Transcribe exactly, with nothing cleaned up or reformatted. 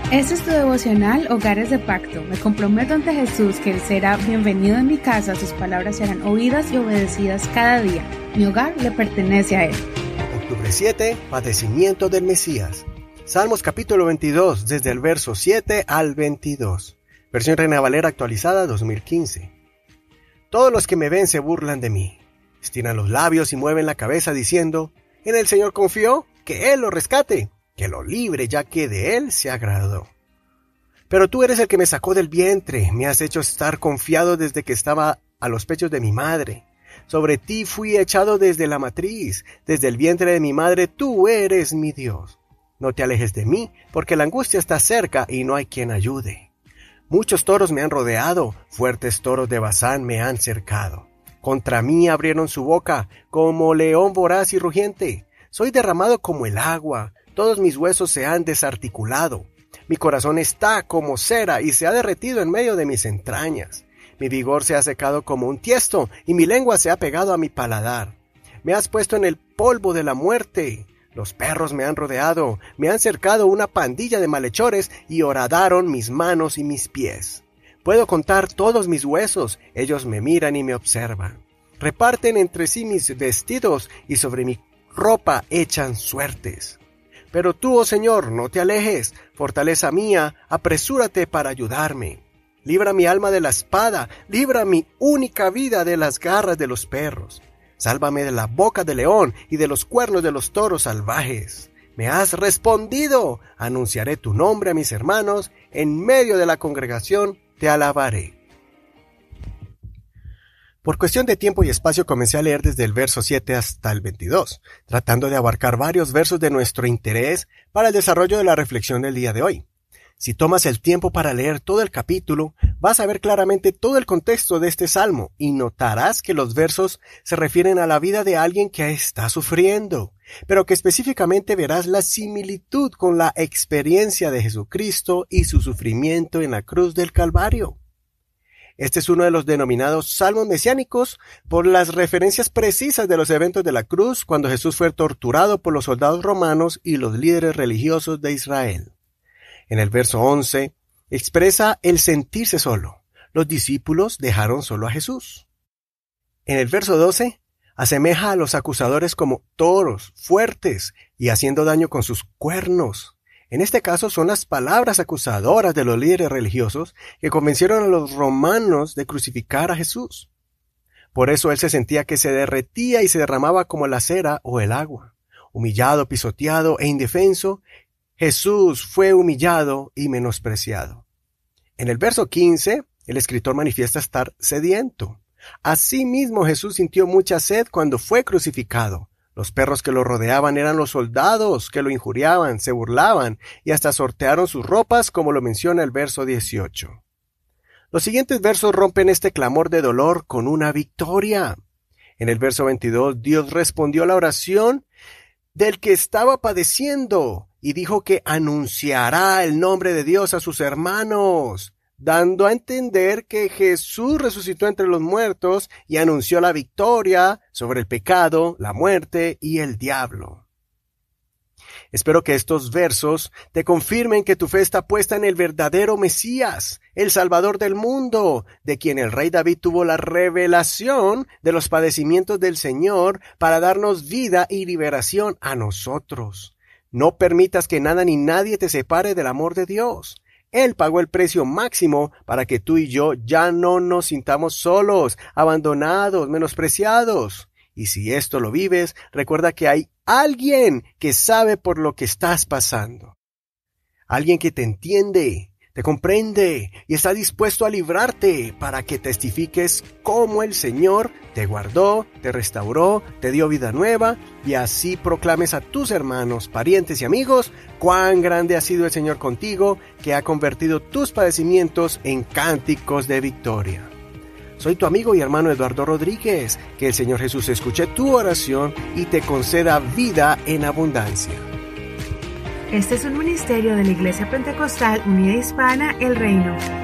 Este es tu devocional Hogares de Pacto. Me comprometo ante Jesús que Él será bienvenido en mi casa, sus palabras serán oídas y obedecidas cada día. Mi hogar le pertenece a Él. Octubre siete, Padecimiento del Mesías. Salmos capítulo veintidós, desde el verso siete al veintidós. Versión Reina Valera actualizada dos mil quince. Todos los que me ven se burlan de mí. Estiran los labios y mueven la cabeza diciendo, en el Señor confió, que Él lo rescate, que lo libre, ya que de Él se agradó. Pero tú eres el que me sacó del vientre, me has hecho estar confiado desde que estaba a los pechos de mi madre. Sobre ti fui echado desde la matriz, desde el vientre de mi madre, tú eres mi Dios. No te alejes de mí, porque la angustia está cerca y no hay quien ayude. Muchos toros me han rodeado, fuertes toros de Basán me han cercado. Contra mí abrieron su boca, como león voraz y rugiente. Soy derramado como el agua, todos mis huesos se han desarticulado. Mi corazón está como cera y se ha derretido en medio de mis entrañas. Mi vigor se ha secado como un tiesto y mi lengua se ha pegado a mi paladar. Me has puesto en el polvo de la muerte. Los perros me han rodeado, me han cercado una pandilla de malhechores y horadaron mis manos y mis pies. Puedo contar todos mis huesos, ellos me miran y me observan. Reparten entre sí mis vestidos y sobre mi ropa echan suertes. Pero tú, oh Señor, no te alejes, fortaleza mía, apresúrate para ayudarme. Libra mi alma de la espada, libra mi única vida de las garras de los perros. Sálvame de la boca del león y de los cuernos de los toros salvajes. Me has respondido, anunciaré tu nombre a mis hermanos, en medio de la congregación te alabaré. Por cuestión de tiempo y espacio comencé a leer desde el verso siete hasta el veintidós, tratando de abarcar varios versos de nuestro interés para el desarrollo de la reflexión del día de hoy. Si tomas el tiempo para leer todo el capítulo, vas a ver claramente todo el contexto de este salmo y notarás que los versos se refieren a la vida de alguien que está sufriendo, pero que específicamente verás la similitud con la experiencia de Jesucristo y su sufrimiento en la cruz del Calvario. Este es uno de los denominados salmos mesiánicos por las referencias precisas de los eventos de la cruz cuando Jesús fue torturado por los soldados romanos y los líderes religiosos de Israel. En el verso once, expresa el sentirse solo. Los discípulos dejaron solo a Jesús. En el verso doce, asemeja a los acusadores como toros fuertes y haciendo daño con sus cuernos. En este caso son las palabras acusadoras de los líderes religiosos que convencieron a los romanos de crucificar a Jesús. Por eso él se sentía que se derretía y se derramaba como la cera o el agua. Humillado, pisoteado e indefenso, Jesús fue humillado y menospreciado. En el verso quince, el escritor manifiesta estar sediento. Asimismo, Jesús sintió mucha sed cuando fue crucificado. Los perros que lo rodeaban eran los soldados que lo injuriaban, se burlaban y hasta sortearon sus ropas, como lo menciona el verso dieciocho. Los siguientes versos rompen este clamor de dolor con una victoria. En el verso veintidós, Dios respondió a la oración del que estaba padeciendo y dijo que anunciará el nombre de Dios a sus hermanos, dando a entender que Jesús resucitó entre los muertos y anunció la victoria sobre el pecado, la muerte y el diablo. Espero que estos versos te confirmen que tu fe está puesta en el verdadero Mesías, el Salvador del mundo, de quien el rey David tuvo la revelación de los padecimientos del Señor para darnos vida y liberación a nosotros. No permitas que nada ni nadie te separe del amor de Dios. Él pagó el precio máximo para que tú y yo ya no nos sintamos solos, abandonados, menospreciados. Y si esto lo vives, recuerda que hay alguien que sabe por lo que estás pasando. Alguien que te entiende, te comprende y está dispuesto a librarte para que testifiques cómo el Señor te guardó, te restauró, te dio vida nueva y así proclames a tus hermanos, parientes y amigos cuán grande ha sido el Señor contigo, que ha convertido tus padecimientos en cánticos de victoria. Soy tu amigo y hermano Eduardo Rodríguez. Que el Señor Jesús escuche tu oración y te conceda vida en abundancia. Este es un ministerio de la Iglesia Pentecostal Unida Hispana, El Reino.